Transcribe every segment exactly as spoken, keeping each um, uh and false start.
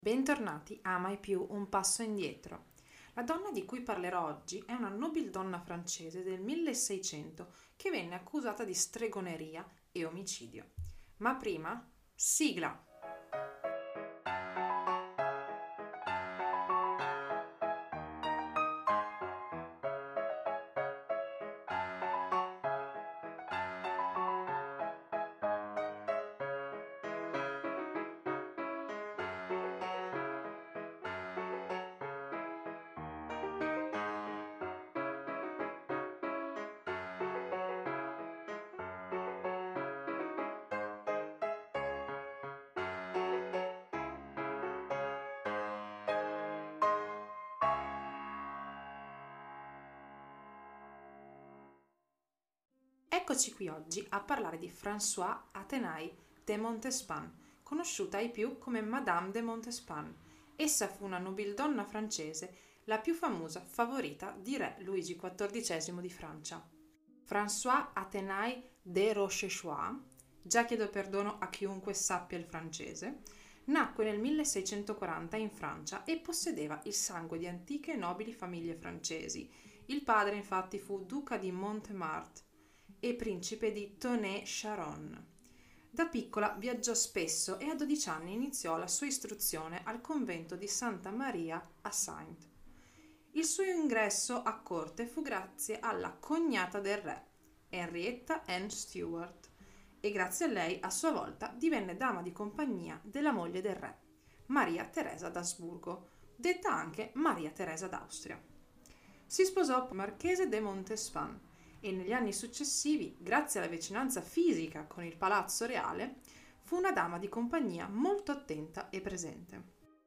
Bentornati a Mai più un passo indietro. La donna di cui parlerò oggi è una nobildonna francese del milleseicento che venne accusata di stregoneria e omicidio. Ma prima, sigla! Eccoci qui oggi a parlare di Françoise Athénaï de Montespan, conosciuta ai più come Madame de Montespan. Essa fu una nobildonna francese, la più famosa favorita di re Luigi quattordicesimo di Francia. Françoise Athénaï de Rochechouart, già chiedo perdono a chiunque sappia il francese, nacque nel milleseicentoquaranta in Francia e possedeva il sangue di antiche e nobili famiglie francesi. Il padre infatti fu duca di Montemart e principe di Tonnay-Charente. Da piccola viaggiò spesso e a dodici anni iniziò la sua istruzione al convento di Santa Maria a Saint. Il suo ingresso a corte fu grazie alla cognata del re, Henrietta Anne Stuart, e grazie a lei a sua volta divenne dama di compagnia della moglie del re, Maria Teresa d'Asburgo, detta anche Maria Teresa d'Austria. Si sposò marchese de Montespan e negli anni successivi, grazie alla vicinanza fisica con il palazzo reale, fu una dama di compagnia molto attenta e presente.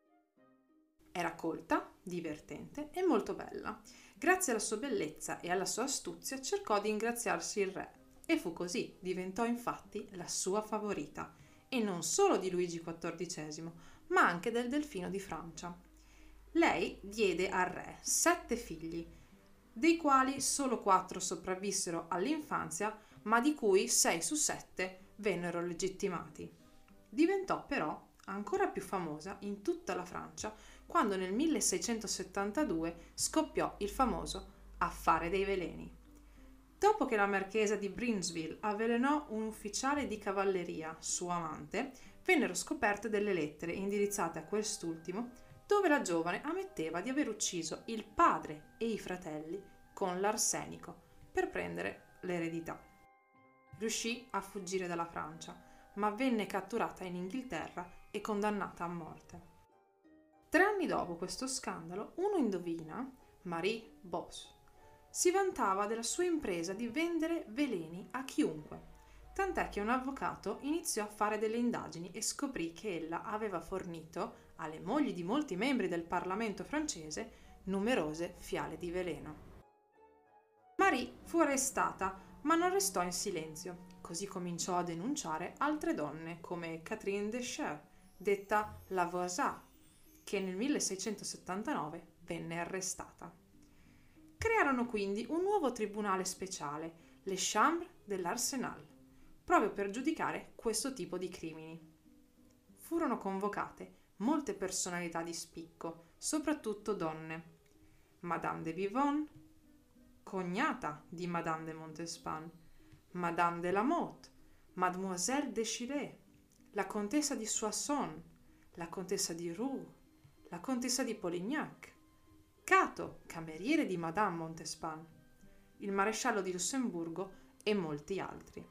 Era colta, divertente e molto bella. Grazie alla sua bellezza e alla sua astuzia cercò di ingraziarsi il re e fu così, diventò infatti la sua favorita, e non solo di Luigi quattordicesimo, ma anche del Delfino di Francia. Lei diede al re sette figli, dei quali solo quattro sopravvissero all'infanzia, ma di cui sei su sette vennero legittimati. Diventò però ancora più famosa in tutta la Francia quando nel milleseicentosettantadue scoppiò il famoso Affare dei veleni. Dopo che la marchesa di Brinsville avvelenò un ufficiale di cavalleria, suo amante, vennero scoperte delle lettere indirizzate a quest'ultimo dove la giovane ammetteva di aver ucciso il padre e i fratelli con l'arsenico per prendere l'eredità. Riuscì a fuggire dalla Francia, ma venne catturata in Inghilterra e condannata a morte. Tre anni dopo questo scandalo, uno indovina, Marie Bosse, si vantava della sua impresa di vendere veleni a chiunque, tant'è che un avvocato iniziò a fare delle indagini e scoprì che ella aveva fornito alle mogli di molti membri del Parlamento francese numerose fiale di veleno. Marie fu arrestata, ma non restò in silenzio. Così cominciò a denunciare altre donne come Catherine de Cher, detta La Voisin, che nel milleseicentosettantanove venne arrestata. Crearono quindi un nuovo tribunale speciale, le Chambres de l'Arsenal, proprio per giudicare questo tipo di crimini. Furono convocate molte personalità di spicco, soprattutto donne. Madame de Vivonne, cognata di Madame de Montespan, Madame de Lamotte, Mademoiselle de Chillet, la contessa di Soissons, la contessa di Roux, la contessa di Polignac, Cato, cameriere di Madame Montespan, il maresciallo di Lussemburgo e molti altri.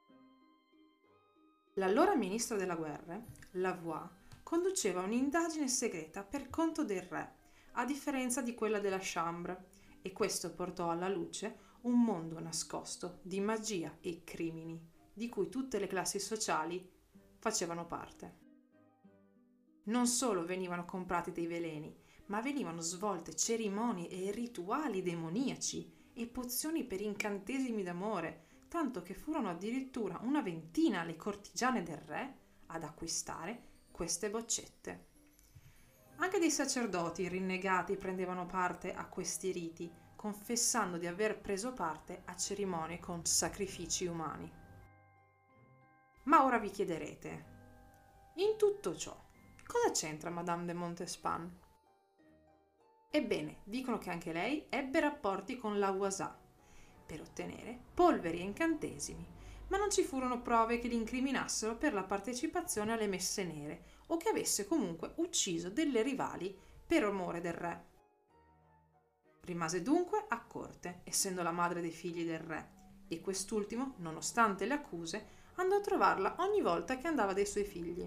L'allora ministro della guerra, Lavoie, conduceva un'indagine segreta per conto del re, a differenza di quella della Chambre, e questo portò alla luce un mondo nascosto di magia e crimini, di cui tutte le classi sociali facevano parte. Non solo venivano comprati dei veleni, ma venivano svolte cerimonie e rituali demoniaci e pozioni per incantesimi d'amore, tanto che furono addirittura una ventina le cortigiane del re ad acquistare queste boccette. Anche dei sacerdoti rinnegati prendevano parte a questi riti, confessando di aver preso parte a cerimonie con sacrifici umani. Ma ora vi chiederete, in tutto ciò, Cosa c'entra Madame de Montespan? Ebbene, dicono che anche lei ebbe rapporti con la Voisin per ottenere polveri e incantesimi, ma non ci furono prove che li incriminassero per la partecipazione alle messe nere o che avesse comunque ucciso delle rivali per amore del re. Rimase dunque a corte, essendo la madre dei figli del re, e quest'ultimo, nonostante le accuse, andò a trovarla ogni volta che andava dai suoi figli.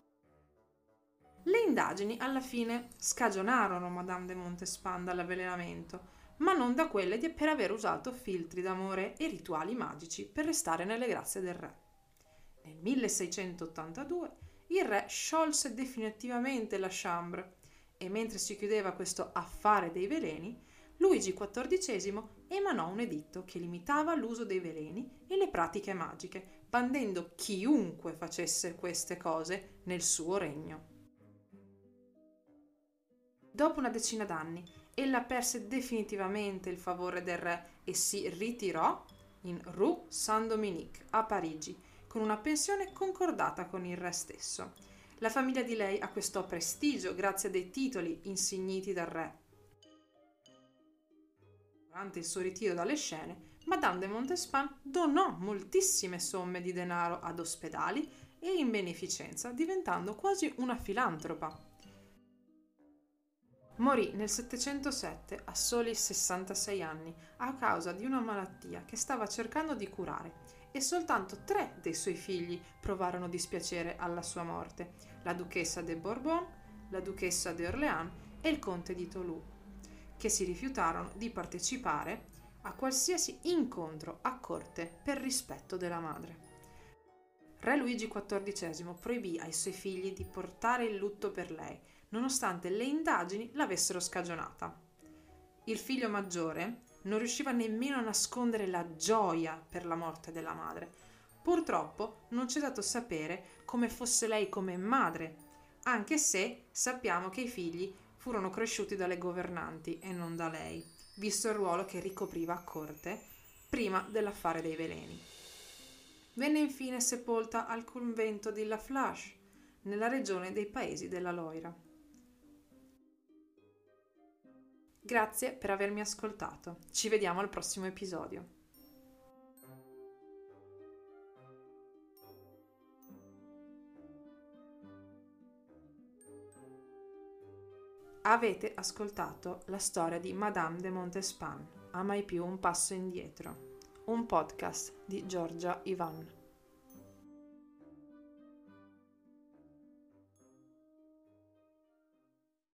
Le indagini alla fine scagionarono Madame de Montespan dall'avvelenamento, ma non da quelle di per aver usato filtri d'amore e rituali magici per restare nelle grazie del re. Nel milleseicentottantadue il re sciolse definitivamente la Chambre e mentre si chiudeva questo affare dei veleni, Luigi quattordicesimo emanò un editto che limitava l'uso dei veleni e le pratiche magiche, bandendo chiunque facesse queste cose nel suo regno. Dopo una decina d'anni, ella perse definitivamente il favore del re e si ritirò in Rue Saint-Dominique a Parigi, con una pensione concordata con il re stesso. La famiglia di lei acquistò prestigio grazie a dei titoli insigniti dal re. Durante il suo ritiro dalle scene, Madame de Montespan donò moltissime somme di denaro ad ospedali e in beneficenza, diventando quasi una filantropa. Morì nel settecentosette a soli sessantasei anni a causa di una malattia che stava cercando di curare e soltanto tre dei suoi figli provarono dispiacere alla sua morte: la duchessa de Bourbon, la duchessa de Orléans e il conte di Toulouse, che si rifiutarono di partecipare a qualsiasi incontro a corte per rispetto della madre. Re Luigi quattordicesimo proibì ai suoi figli di portare il lutto per lei, nonostante le indagini l'avessero scagionata. Il figlio maggiore non riusciva nemmeno a nascondere la gioia per la morte della madre. Purtroppo non ci è dato sapere come fosse lei come madre, anche se sappiamo che i figli furono cresciuti dalle governanti e non da lei, visto il ruolo che ricopriva a corte prima dell'affare dei veleni. Venne infine sepolta al convento di La Flèche, nella regione dei Paesi della Loira. Grazie per avermi ascoltato. Ci vediamo al prossimo episodio. Avete ascoltato la storia di Madame de Montespan, a mai più un passo indietro, un podcast di Giorgia Ivan.